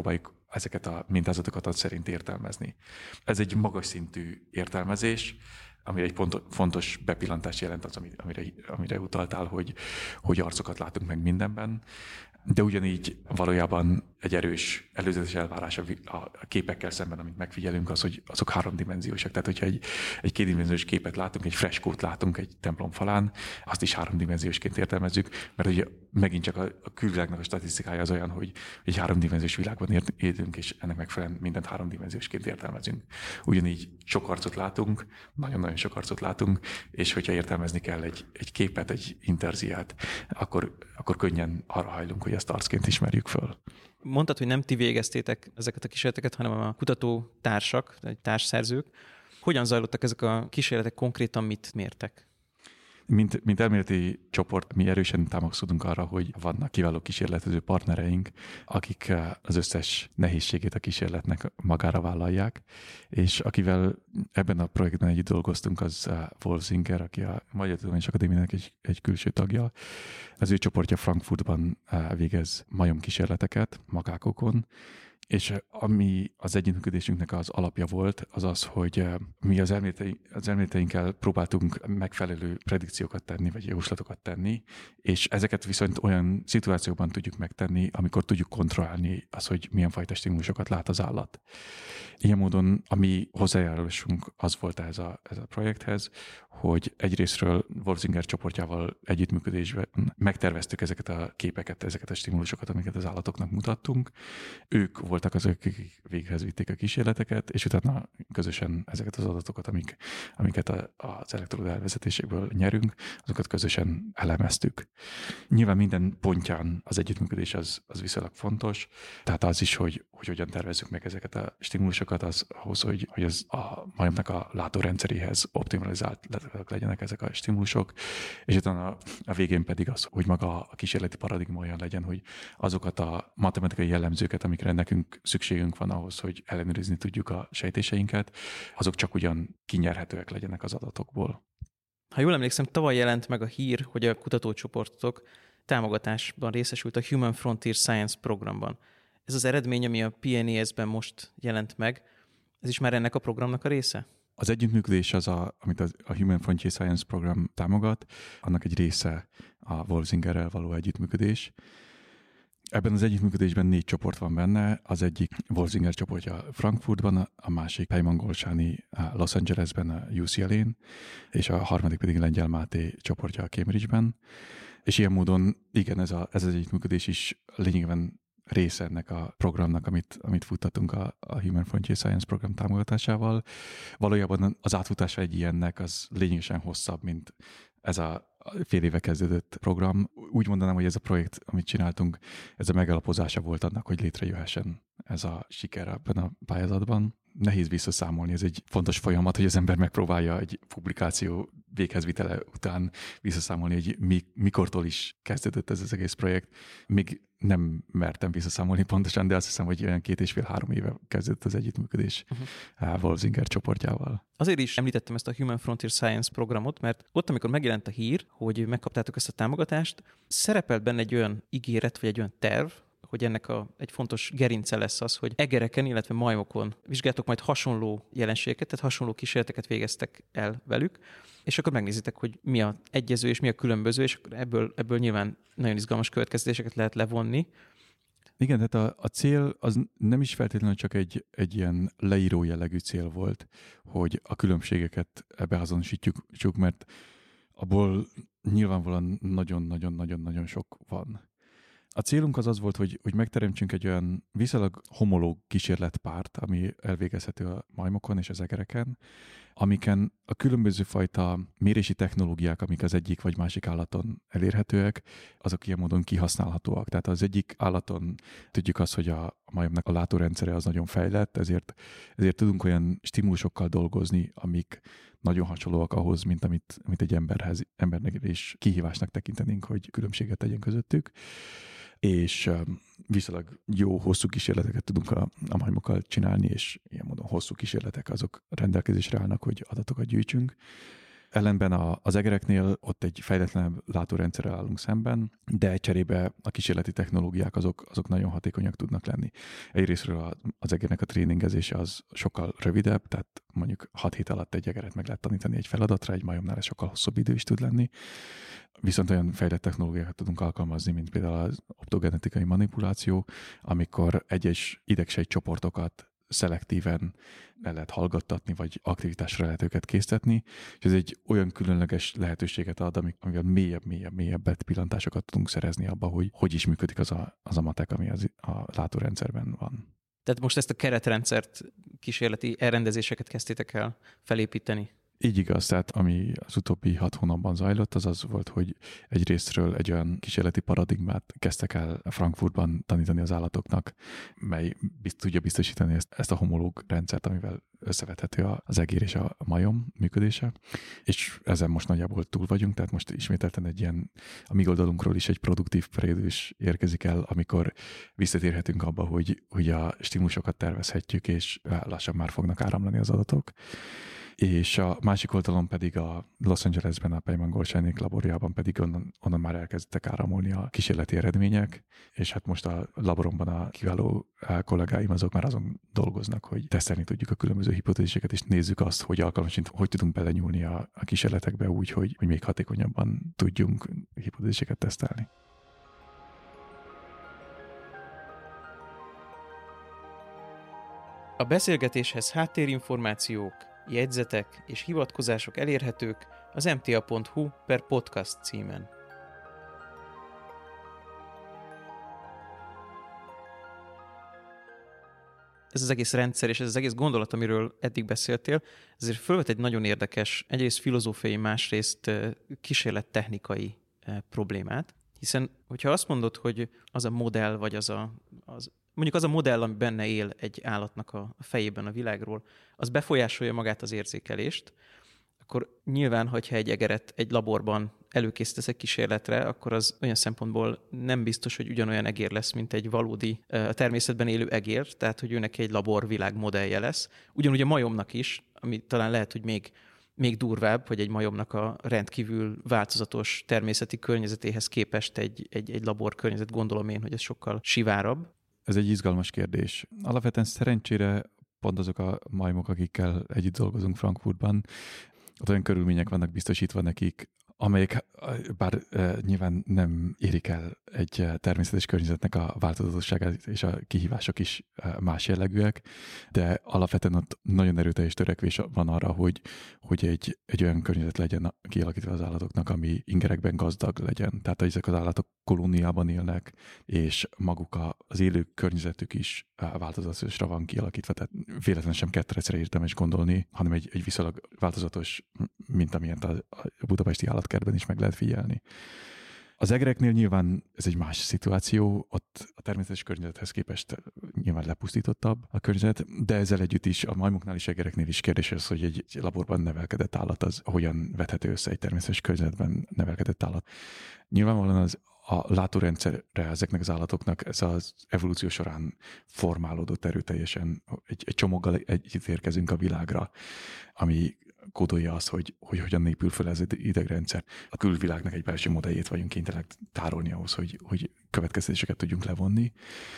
ezeket a mintázatokat szerint értelmezni. Ez egy magas szintű értelmezés, amire egy pont, fontos bepillantást jelent az, amire, amire utaltál, hogy, hogy arcokat látunk meg mindenben, de ugyanígy valójában egy erős előzetes elvárás a képekkel szemben, amit megfigyelünk, az, hogy azok háromdimenziósak. Tehát, hogyha egy, egy kétdimenziós képet látunk, egy freskót látunk egy templom falán, azt is háromdimenziósként értelmezzük, mert ugye megint csak a, a külvilágnak a statisztikája az olyan, hogy egy háromdimenziós világban élünk, és ennek megfelelően mindent háromdimenziósként értelmezünk. Ugyanígy sok arcot látunk, nagyon-nagyon sok arcot látunk, és hogyha értelmezni kell egy, egy képet, egy interziát, akkor, akkor könnyen arra hajlunk, hogy ezt arcként ismerjük föl. Mondtad, hogy nem ti végeztétek ezeket a kísérleteket, hanem a kutató társak, vagy társszerzők. Hogyan zajlottak ezek a kísérletek, konkrétan mit mértek? Mint, mint elméleti csoport, mi erősen támaszkodunk arra, hogy vannak kiváló kísérletező partnereink, akik az összes nehézségét a kísérletnek magára vállalják, és akivel ebben a projektben együtt dolgoztunk, az Wolf Singer, aki a Magyar Tudományos Akadémiának egy, egy külső tagja. Az ő csoportja Frankfurtban végez majomkísérleteket makákokon, és ami az együttműködésünknek az alapja volt, az az, hogy mi az, elméleteink, az elméleteinkkel próbáltunk megfelelő predikciókat tenni, vagy jóslatokat tenni, és ezeket viszont olyan szituációban tudjuk megtenni, amikor tudjuk kontrollálni az, hogy milyen fajta stimulusokat lát az állat. Ilyen módon a mi hozzájárulásunk az volt ez a, ez a projekthez, hogy egyrésztről Wolf Singer csoportjával együttműködésben megterveztük ezeket a képeket, ezeket a stimulusokat, amiket az állatoknak mutattunk. Ők voltak azok, akik véghez vitték a kísérleteket, és utána közösen ezeket az adatokat, amik, amiket a, az elektroda elvezetésekből nyerünk, azokat közösen elemeztük. Nyilván minden pontján az együttműködés az, az viszonylag fontos, tehát az is, hogy, hogy hogyan tervezzük meg ezeket a stimulusokat, az ahhoz, hogy, hogy az a majomnak a látórendszeréhez optimalizált legyenek ezek a stimulusok, és utána a, a végén pedig az, hogy maga a kísérleti paradigma olyan legyen, hogy azokat a matematikai jellemzőket, amikre nekünk szükségünk van ahhoz, hogy ellenőrizni tudjuk a sejtéseinket, azok csak ugyan kinyerhetőek legyenek az adatokból. Ha jól emlékszem, tavaly jelent meg a hír, hogy a kutatócsoportok támogatásban részesült a Human Frontier Science programban. Ez az eredmény, ami a P N A S-ben most jelent meg, ez is már ennek a programnak a része? Az együttműködés az, a, amit a Human Frontier Science program támogat, annak egy része a Wolf Singerrel való együttműködés. Ebben az együttműködésben négy csoport van benne, az egyik Wolf Singer csoportja Frankfurtban, a másik Pejman Golcsányi Los Angelesben, a U C L A-n, és a harmadik pedig Lengyel Máté csoportja a Cambridge-ben. És ilyen módon, igen, ez, a, ez az együttműködés is lényegében része ennek a programnak, amit, amit futtatunk a, a Human Frontier Science program támogatásával. Valójában az átfutása egy ilyennek az lényegesen hosszabb, mint ez a fél éve kezdődött program. Úgy mondanám, hogy ez a projekt, amit csináltunk, ez a megalapozása volt annak, hogy létrejöhessen ez a siker ebben a pályázatban. Nehéz visszaszámolni, ez egy fontos folyamat, hogy az ember megpróbálja egy publikáció véghezvitele után visszaszámolni, hogy mi, mikortól is kezdődött ez az egész projekt. Még nem mertem visszaszámolni pontosan, de azt hiszem, hogy olyan két és fél-három éve kezdődött az együttműködés uh-huh. Wolf Singer csoportjával. Azért is említettem ezt a Human Frontier Science programot, mert ott, amikor megjelent a hír, hogy megkaptátok ezt a támogatást, szerepelt benne egy olyan ígéret, vagy egy olyan terv, hogy ennek a, egy fontos gerince lesz az, hogy egereken, illetve majmokon vizsgáltok majd hasonló jelenségeket, tehát hasonló kísérleteket végeztek el velük, és akkor megnézitek, hogy mi a egyező és mi a különböző, és ebből, ebből nyilván nagyon izgalmas következtetéseket lehet levonni. Igen, tehát a, a cél az nem is feltétlenül csak egy, egy ilyen leíró jellegű cél volt, hogy a különbségeket beazonosítjuk, mert abból nyilvánvalóan nagyon-nagyon-nagyon-nagyon sok van. A célunk az az volt, hogy, hogy megteremtsünk egy olyan viszonylag homológ kísérletpárt, ami elvégezhető a majmokon és az egereken, amiken a különböző fajta mérési technológiák, amik az egyik vagy másik állaton elérhetőek, azok ilyen módon kihasználhatóak. Tehát az egyik állaton tudjuk azt, hogy a majomnak a látórendszere az nagyon fejlett, ezért, ezért tudunk olyan stimulusokkal dolgozni, amik nagyon hasonlóak ahhoz, mint amit, amit egy emberhez, embernek is kihívásnak tekintenénk, hogy különbséget tegyen közöttük. És viszonylag jó, hosszú kísérleteket tudunk a, a majmokkal csinálni, és ilyen módon hosszú kísérletek azok rendelkezésre állnak, hogy adatokat gyűjtsünk. Ellenben a, az egereknél ott egy fejletlenebb látórendszerrel állunk szemben, de cserébe a kísérleti technológiák azok, azok nagyon hatékonyak tudnak lenni. Egyrésztről az egernek a tréningezése az sokkal rövidebb, tehát mondjuk hat hét alatt egy egeret meg lehet tanítani egy feladatra, egy majomnál ez sokkal hosszabb idő is tud lenni. Viszont olyan fejlett technológiákat tudunk alkalmazni, mint például az optogenetikai manipuláció, amikor egyes idegsejt csoportokat szelektíven le lehet hallgattatni, vagy aktivitásra lehet őket késztetni, és ez egy olyan különleges lehetőséget ad, amivel mélyebb, mélyebb, mélyebb pillantásokat tudunk szerezni abba, hogy hogy is működik az a, az a matek, ami az, a látórendszerben van. Tehát most ezt a keretrendszert, kísérleti elrendezéseket kezdtétek el felépíteni? Így igaz, tehát ami az utóbbi hat hónapban zajlott, az az volt, hogy egyrésztről egy olyan kísérleti paradigmát kezdtek el Frankfurtban tanítani az állatoknak, mely bizt, tudja biztosítani ezt, ezt a homológ rendszert, amivel összevethető az egér és a majom működése, és ezen most nagyjából túl vagyunk, tehát most ismételten egy ilyen, a mi oldalunkról is egy produktív periódus érkezik el, amikor visszatérhetünk abba, hogy, hogy a stimulusokat tervezhetjük, és lassan már fognak áramlani az adatok. És a másik oldalon pedig a Los Angelesben, a Peyman Goldscheinék laborjában pedig onnan, onnan már elkezdtek áramolni a kísérleti eredmények, és hát most a laboromban a kiváló kollégáim azok már azon dolgoznak, hogy tesztelni tudjuk a különböző hipotéziseket, és nézzük azt, hogy alkalmasint hogy tudunk belenyúlni a, a kísérletekbe úgy, hogy, hogy még hatékonyabban tudjunk hipotéziseket tesztelni. A beszélgetéshez háttérinformációk, jegyzetek és hivatkozások elérhetők az em té á pont hú per podcast címen. Ez az egész rendszer és ez az egész gondolat, amiről eddig beszéltél, ezért fölvet egy nagyon érdekes, egyrészt filozófiai, másrészt kísérlettechnikai problémát, hiszen hogyha azt mondod, hogy az a modell, vagy az a, az mondjuk az a modell, ami benne él egy állatnak a fejében a világról, az befolyásolja magát az érzékelést, akkor nyilván, hogyha egy egeret egy laborban előkészítesz egy kísérletre, akkor az olyan szempontból nem biztos, hogy ugyanolyan egér lesz, mint egy valódi, a természetben élő egér, tehát hogy őnek egy laborvilág modellje lesz. Ugyanúgy a majomnak is, ami talán lehet, hogy még, még durvább, hogy egy majomnak a rendkívül változatos természeti környezetéhez képest egy, egy, egy labor környezet, gondolom én, hogy ez sokkal sivárabb. Ez egy izgalmas kérdés. Alapvetően szerencsére pont azok a majmok, akikkel együtt dolgozunk Frankfurtban, ott olyan körülmények vannak biztosítva nekik, amelyek bár e, nyilván nem érik el egy természetes környezetnek a változatosságát, és a kihívások is más jellegűek, de alapvetően ott nagyon erőteljes törekvés van arra, hogy, hogy egy, egy olyan környezet legyen kialakítva az állatoknak, ami ingerekben gazdag legyen. Tehát ezek az állatok kolóniában élnek, és maguk az élő környezetük is változatosra van kialakítva, tehát véletlenül sem ketrecre érdemes gondolni, hanem egy, egy viszonylag változatos, mint amilyent a budapesti állatkertben is meg lehet figyelni. Az egereknél nyilván ez egy más szituáció, ott a természetes környezethez képest nyilván lepusztítottabb a környezet, de ezzel együtt is a majmoknál is, egereknél is kérdés az, hogy egy laborban nevelkedett állat az hogyan vethető össze egy természetes környezetben nevelkedett állat. Nyilvánvalóan az a látórendszerre ezeknek az állatoknak ez az evolúció során formálódott erőteljesen. Egy, egy csomaggal együtt érkezünk a világra, ami kódolja azt, hogy, hogy hogyan népül fel ez az idegrendszer. A külvilágnak egy belső modelljét vagyunk kénytelenek tárolni ahhoz, hogy, hogy következtetéseket tudjunk levonni.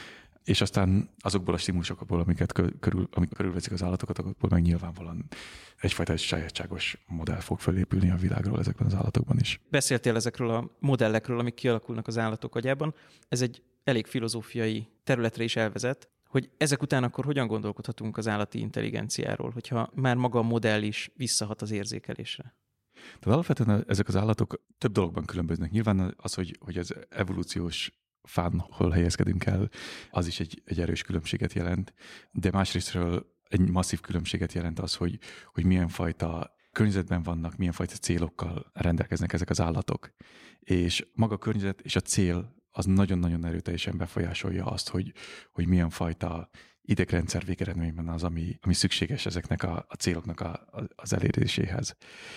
És aztán azokból a stimulusokból, amiket körül, amik körülveszik az állatokat, azokból meg nyilvánvalóan egyfajta sajátságos modell fog felépülni a világról ezekben az állatokban is. Beszéltél ezekről a modellekről, amik kialakulnak az állatok agyában. Ez egy elég filozófiai területre is elvezet, hogy ezek után akkor hogyan gondolkodhatunk az állati intelligenciáról, hogyha már maga a modell is visszahat az érzékelésre? Tehát alapvetően ezek az állatok több dologban különböznek. Nyilván az, hogy, hogy az evolúciós fán, hol helyezkedünk el, az is egy, egy erős különbséget jelent, de másrésztről egy masszív különbséget jelent az, hogy, hogy milyen fajta környezetben vannak, milyen fajta célokkal rendelkeznek ezek az állatok. És maga a környezet és a cél az nagyon-nagyon erőteljesen befolyásolja azt, hogy, hogy milyen fajta idegrendszer végeredményben az, ami, ami szükséges ezeknek a, a céloknak a, a, az eléréséhez.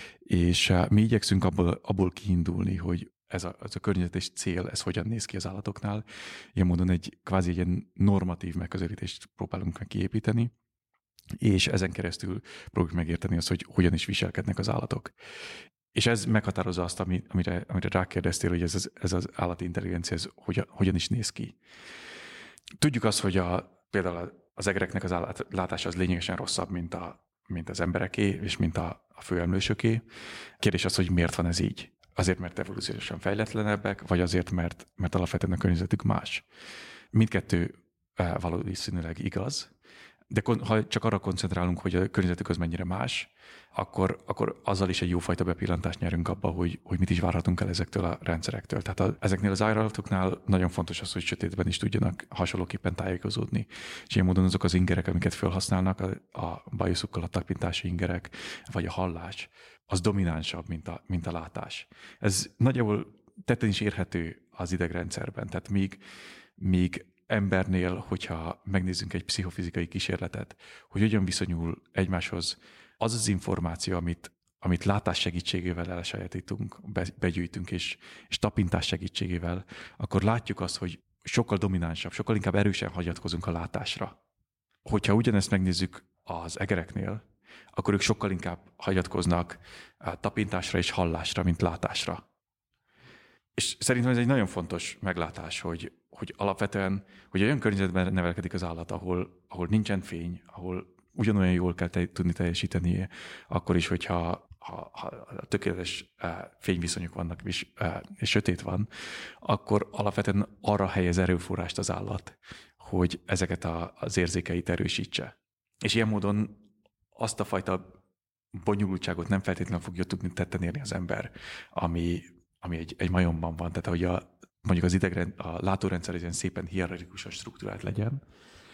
És mi igyekszünk abból, abból kiindulni, hogy ez a, ez a környezet és cél, ez hogyan néz ki az állatoknál. Ilyen módon egy kvázi egy ilyen normatív megközelítést próbálunk meg kiépíteni, és ezen keresztül próbáljuk megérteni azt, hogy hogyan is viselkednek az állatok. És ez meghatározza azt, amire, amire rákérdeztél, hogy ez az, ez az állati intelligencia, ez hogyan, hogyan is néz ki. Tudjuk azt, hogy a, például az egereknek az állatlátása az lényegesen rosszabb, mint, a, mint az embereké, és mint a, a főemlősöké. Kérdés az, hogy miért van ez így. Azért, mert evolúciósan fejletlenebbek, vagy azért, mert, mert alapvetően a környezetük más. Mindkettő valószínűleg igaz, de ha csak arra koncentrálunk, hogy a környezetük az mennyire más, akkor, akkor azzal is egy jófajta bepillantást nyerünk abba, hogy, hogy mit is várhatunk el ezektől a rendszerektől. Tehát a, ezeknél az állatoknál nagyon fontos az, hogy sötétben is tudjanak hasonlóképpen tájékozódni. És ilyen módon azok az ingerek, amiket felhasználnak, a, a bajuszukkal a tapintási ingerek, vagy a hallás, az dominánsabb, mint a, mint a látás. Ez nagyjából tetten is érhető az idegrendszerben. Tehát míg, míg embernél, hogyha megnézzünk egy pszichofizikai kísérletet, hogy hogyan viszonyul egymáshoz az az információ, amit, amit látás segítségével elsajátítunk, begyűjtünk, és, és tapintás segítségével, akkor látjuk azt, hogy sokkal dominánsabb, sokkal inkább erősen hagyatkozunk a látásra. Hogyha ugyanezt megnézzük az egereknél, akkor ők sokkal inkább hagyatkoznak a tapintásra és hallásra, mint látásra. És szerintem ez egy nagyon fontos meglátás, hogy, hogy alapvetően, hogy olyan környezetben nevelkedik az állat, ahol, ahol nincsen fény, ahol ugyanolyan jól kell te, tudni teljesítenie, akkor is, hogyha ha, ha tökéletes uh, fényviszonyok vannak, és, uh, és sötét van, akkor alapvetően arra helyez erőforrást az állat, hogy ezeket a, az érzékeit erősítse. És ilyen módon azt a fajta bonyolultságot nem feltétlenül fogja tudni tetten érni az ember, ami ami egy, egy majomban van, tehát hogy a, mondjuk az idegrend, a látórendszer ilyen szépen hierarchikusan struktúrált legyen,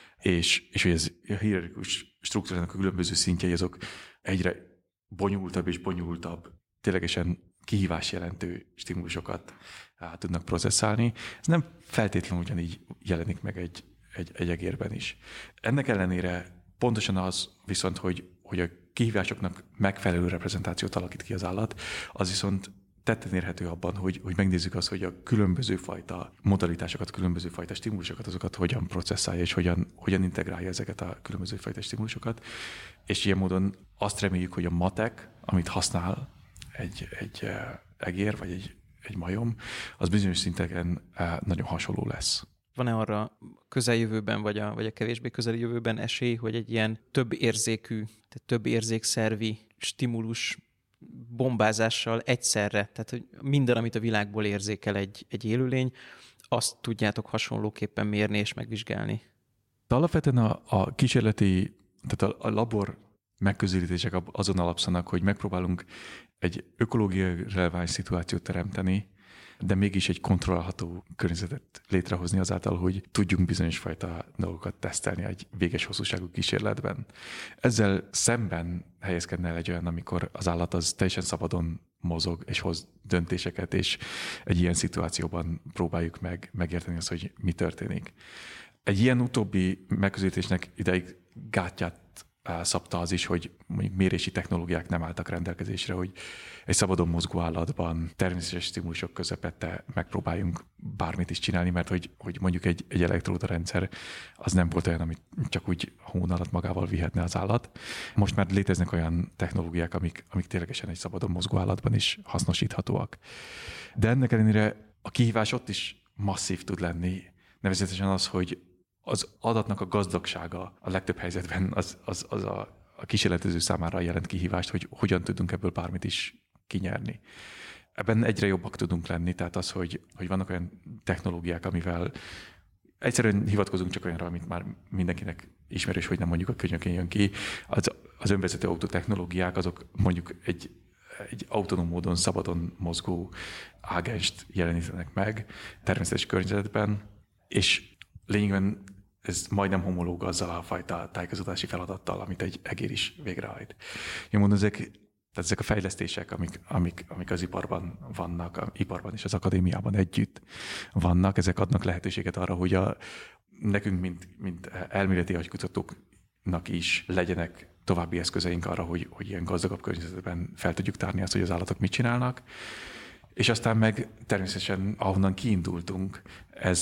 és, és hogy ez a hierarchikus struktúrának a különböző szintjei azok egyre bonyolultabb és bonyolultabb, ténylegesen kihívás jelentő stimulusokat á, tudnak processzálni. Ez nem feltétlenül ugyanígy jelenik meg egy, egy, egy egérben is. Ennek ellenére pontosan az viszont, hogy, hogy a kihívásoknak megfelelő reprezentációt alakít ki az állat, az viszont tetten érhető abban, hogy, hogy megnézzük azt, hogy a különböző fajta modalitásokat, különböző fajta stimulusokat, azokat hogyan processzálja, és hogyan, hogyan integrálja ezeket a különböző fajta stimulusokat. És ilyen módon azt reméljük, hogy a matek, amit használ egy, egy egér, vagy egy, egy majom, az bizonyos szinteken nagyon hasonló lesz. Van-e arra közeljövőben, vagy a, vagy a kevésbé közeli jövőben esély, hogy egy ilyen több érzékű, tehát több érzékszervi stimulus bombázással egyszerre, tehát hogy minden, amit a világból érzékel egy, egy élőlény, azt tudjátok hasonlóképpen mérni és megvizsgálni? De alapvetően a, a kísérleti, tehát a, a labor megközelítések azon alapszanak, hogy megpróbálunk egy ökológiai releváns szituációt teremteni, de mégis egy kontrollálható környezetet létrehozni azáltal, hogy tudjunk bizonyos fajta dolgokat tesztelni egy véges hosszúságú kísérletben. Ezzel szemben helyezkedne el egy olyan, amikor az állat az teljesen szabadon mozog és hoz döntéseket, és egy ilyen szituációban próbáljuk meg megérteni azt, hogy mi történik. Egy ilyen utóbbi megközelítésnek ideig gátját szabta az is, hogy mondjuk mérési technológiák nem álltak rendelkezésre, hogy egy szabadon mozgó állatban természetes stimulusok közepette megpróbáljunk bármit is csinálni, mert hogy, hogy mondjuk egy, egy elektróda rendszer az nem volt olyan, amit csak úgy hón alatt magával vihetne az állat. Most már léteznek olyan technológiák, amik, amik ténylegesen egy szabadon mozgó állatban is hasznosíthatóak. De ennek ellenére a kihívás ott is masszív tud lenni, nevezetesen az, hogy az adatnak a gazdagsága a legtöbb helyzetben az, az, az a, a kísérletező számára jelent kihívást, hogy hogyan tudunk ebből bármit is kinyerni. Ebben egyre jobbak tudunk lenni, tehát az, hogy, hogy vannak olyan technológiák, amivel egyszerűen hivatkozunk csak olyanra, amit már mindenkinek ismerős, hogy nem mondjuk a könyökén jön ki. Az, az önvezető autó technológiák, azok mondjuk egy, egy autonóm módon, szabadon mozgó ágenst jelenítenek meg természetes környezetben, és lényegben ez majdnem homológ azzal a fajta tájékozódási feladattal, amit egy egér is végrehajt. Én mondom, ezek, tehát ezek a fejlesztések, amik, amik, amik az iparban vannak, az iparban és az akadémiában együtt vannak, ezek adnak lehetőséget arra, hogy a, nekünk, mint, mint elméleti agykutatóknak is legyenek további eszközeink arra, hogy, hogy ilyen gazdagabb környezetben fel tudjuk tárni azt, hogy az állatok mit csinálnak. És aztán meg természetesen, ahonnan kiindultunk, ez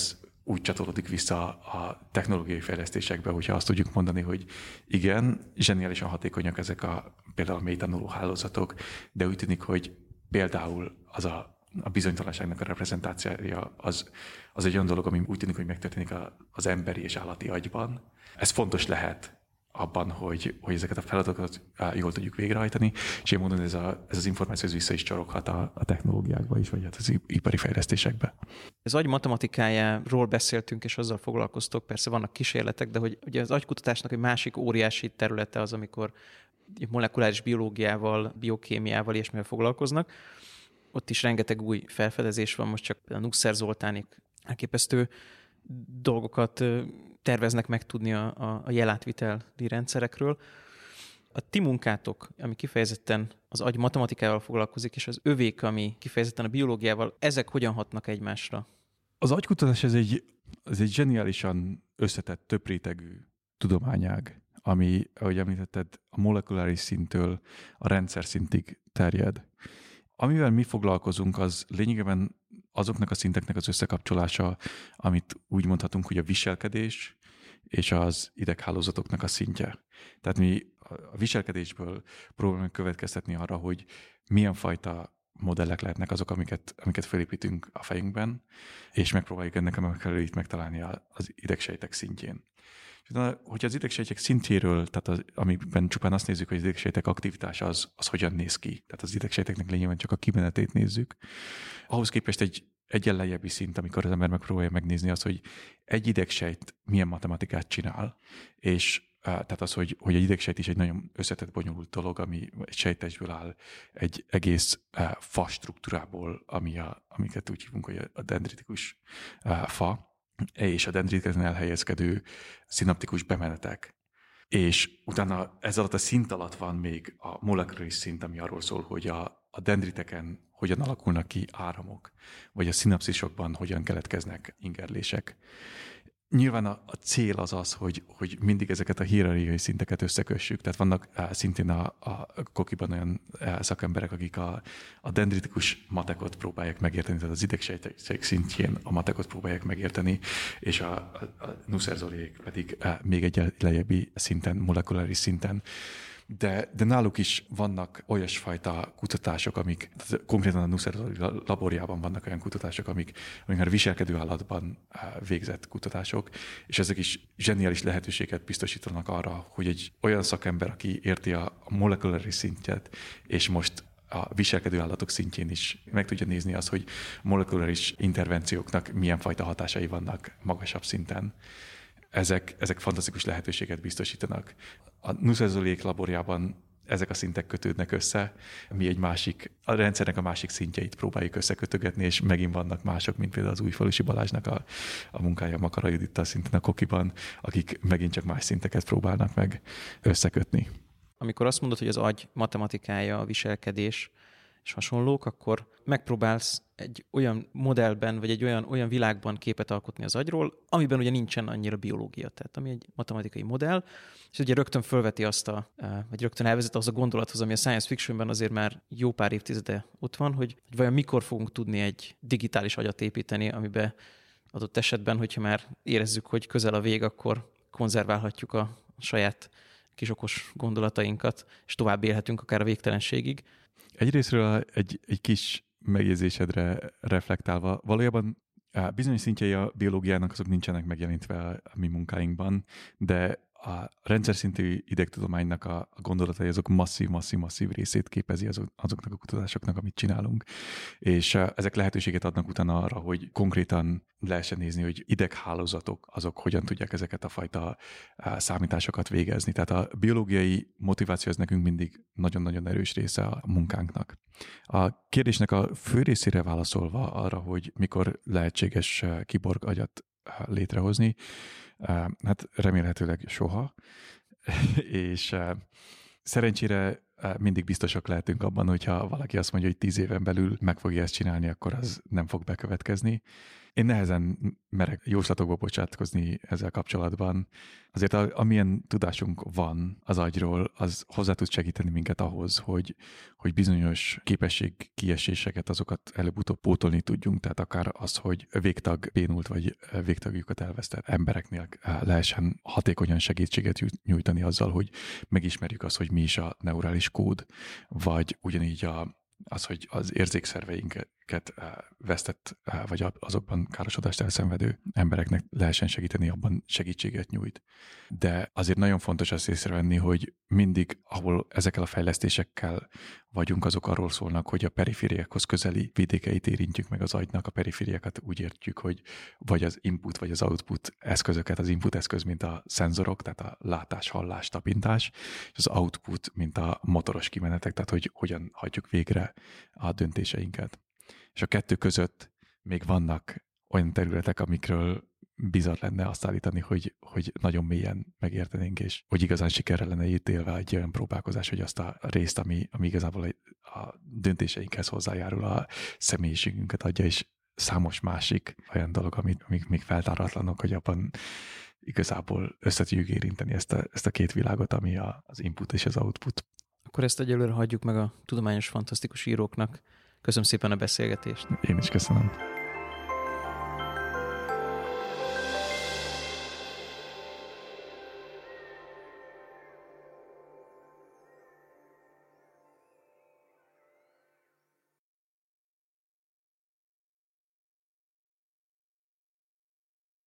úgy csatolódik vissza a technológiai fejlesztésekbe, hogyha azt tudjuk mondani, hogy igen, zseniálisan hatékonyak ezek a például a mély tanuló hálózatok, de úgy tűnik, hogy például az a, a bizonytalanságnak a reprezentációja az, az egy olyan dolog, ami úgy tűnik, hogy megtörténik a, az emberi és állati agyban. Ez fontos lehet abban, hogy, hogy ezeket a feladatokat jól tudjuk végrehajtani, és én mondom, ez, a, ez az információ vissza is csoroghat a, a technológiákba is, vagy hát az ipari fejlesztésekbe. Az agy matematikájáról beszéltünk, és azzal foglalkoztok, persze vannak kísérletek, de hogy ugye az agykutatásnak egy másik óriási területe az, amikor molekuláris biológiával, biokémiával és mivel foglalkoznak. Ott is rengeteg új felfedezés van, most csak a Nusser Zoltánik elképesztő dolgokat terveznek megtudni a, a, a jelátviteli rendszerekről. A ti munkátok, ami kifejezetten az agy matematikával foglalkozik, és az övék, ami kifejezetten a biológiával, ezek hogyan hatnak egymásra? Az agykutatás ez egy, ez egy zseniálisan összetett, többrétegű tudományág, ami, ahogy említetted, a molekuláris szinttől a rendszer szintig terjed. Amivel mi foglalkozunk, az lényegében azoknak a szinteknek az összekapcsolása, amit úgy mondhatunk, hogy a viselkedés és az ideghálózatoknak a szintje. Tehát mi a viselkedésből próbálunk következtetni arra, hogy milyen fajta modellek lehetnek azok, amiket, amiket felépítünk a fejünkben, és megpróbáljuk ennek a megfelelőit megtalálni az idegsejtek szintjén. Hogyha az idegsejtek szintjéről, tehát az, amiben csupán azt nézzük, hogy az idegsejtek aktivitása az, az hogyan néz ki, tehát az idegsejteknek lényegében csak a kimenetét nézzük, ahhoz képest egy egyen lejjebbi szint, amikor az ember megpróbálja megnézni azt, hogy egy idegsejt milyen matematikát csinál, és tehát az, hogy, hogy egy idegsejt is egy nagyon összetett, bonyolult dolog, ami egy sejtesből áll egy egész fa struktúrából, ami a, amiket úgy hívunk, hogy a dendritikus fa, és a dendriteken elhelyezkedő szinaptikus bemenetek. És utána ez alatt a szint alatt van még a molekuláris szint, ami arról szól, hogy a, a dendriteken hogyan alakulnak ki áramok, vagy a szinapszisokban hogyan keletkeznek ingerlések. Nyilván a, a cél az az, hogy, hogy mindig ezeket a hierarchiai szinteket összekössük. Tehát vannak uh, szintén a, a kokiban olyan uh, szakemberek, akik a, a dendritikus matekot próbálják megérteni, tehát az idegsejtek szintjén a matekot próbálják megérteni, és a, a, a Nusser Zoliék pedig uh, még egy lejjebbi szinten, molekuláris szinten. De, de náluk is vannak olyasfajta kutatások, amik, konkrétan a Nusser laborjában vannak olyan kutatások, amik, amik már viselkedő állatban végzett kutatások, és ezek is zseniális lehetőséget biztosítanak arra, hogy egy olyan szakember, aki érti a molekuláris szintjét, és most a viselkedő állatok szintjén is meg tudja nézni azt, hogy molekuláris intervencióknak milyen fajta hatásai vannak magasabb szinten. Ezek, ezek fantasztikus lehetőséget biztosítanak. A Nusser Zoliék laborjában ezek a szintek kötődnek össze, mi egy másik, a rendszernek a másik szintjeit próbáljuk összekötögetni, és megint vannak mások, mint például az Újfalusi Balázsnak a, a munkája Makara Judittal szintén a kokiban, akik megint csak más szinteket próbálnak meg összekötni. Amikor azt mondod, hogy az agy matematikája, a viselkedés és hasonlók, akkor megpróbálsz egy olyan modellben, vagy egy olyan, olyan világban képet alkotni az agyról, amiben ugye nincsen annyira biológia, tehát ami egy matematikai modell, és ugye rögtön fölveti azt a, vagy rögtön elvezet az a gondolathoz, ami a science fictionben azért már jó pár évtizede ott van, hogy, hogy vajon mikor fogunk tudni egy digitális agyat építeni, amiben adott esetben, hogyha már érezzük, hogy közel a vég, akkor konzerválhatjuk a saját kis okos gondolatainkat, és tovább élhetünk akár a végtelenségig. Egyrésztről egy, egy kis megjegyzésedre reflektálva, valójában bizonyos szintjei a biológiának azok nincsenek megjelenítve a, a mi munkáinkban, de a rendszer szintű idegtudománynak a, a gondolatai azok masszív, masszív, masszív részét képezi azok, azoknak a kutatásoknak, amit csinálunk. És ezek lehetőséget adnak utána arra, hogy konkrétan lehessen nézni, hogy ideghálózatok azok hogyan tudják ezeket a fajta számításokat végezni. Tehát a biológiai motiváció ez nekünk mindig nagyon-nagyon erős része a munkánknak. A kérdésnek a fő részére válaszolva arra, hogy mikor lehetséges kiborg agyat létrehozni, hát remélhetőleg soha, és szerencsére mindig biztosak lehetünk abban, hogyha valaki azt mondja, hogy tíz éven belül meg fogja ezt csinálni, akkor az nem fog bekövetkezni. Én nehezen merek jóslatokba bocsátkozni ezzel kapcsolatban. Azért amilyen tudásunk van az agyról, az hozzá tud segíteni minket ahhoz, hogy, hogy bizonyos képesség kieséseket, azokat előbb-utóbb pótolni tudjunk, tehát akár az, hogy végtag bénult vagy végtagjukat elvesztett embereknél lehessen hatékonyan segítséget nyújtani azzal, hogy megismerjük azt, hogy mi is a neurális kód, vagy ugyanígy a az, hogy az érzékszerveinket vesztett, vagy azokban károsodást elszenvedő embereknek lehessen segíteni, abban segítséget nyújt. De azért nagyon fontos azt észrevenni, hogy mindig, ahol ezekkel a fejlesztésekkel vagyunk, azok arról szólnak, hogy a perifériákhoz közeli vidékeit érintjük meg az agynak. A perifériákat úgy értjük, hogy vagy az input, vagy az output eszközöket, az input eszköz, mint a szenzorok, tehát a látás, hallás, tapintás, és az output, mint a motoros kimenetek, tehát hogy hogyan hagyjuk végre a döntéseinket. És a kettő között még vannak olyan területek, amikről bizarr lenne azt állítani, hogy, hogy nagyon mélyen megértenénk, és hogy igazán sikerre lenne ítélve egy olyan próbálkozás, hogy azt a részt, ami, ami igazából a döntéseinkhez hozzájárul, a személyiségünket adja, és számos másik olyan dolog, amik, amik még feltáratlanok, hogy abban igazából össze tudjuk érinteni ezt a, ezt a két világot, ami a, az input és az output. Akkor ezt egyelőre hagyjuk meg a tudományos fantasztikus íróknak. Köszönöm szépen a beszélgetést. Én is köszönöm.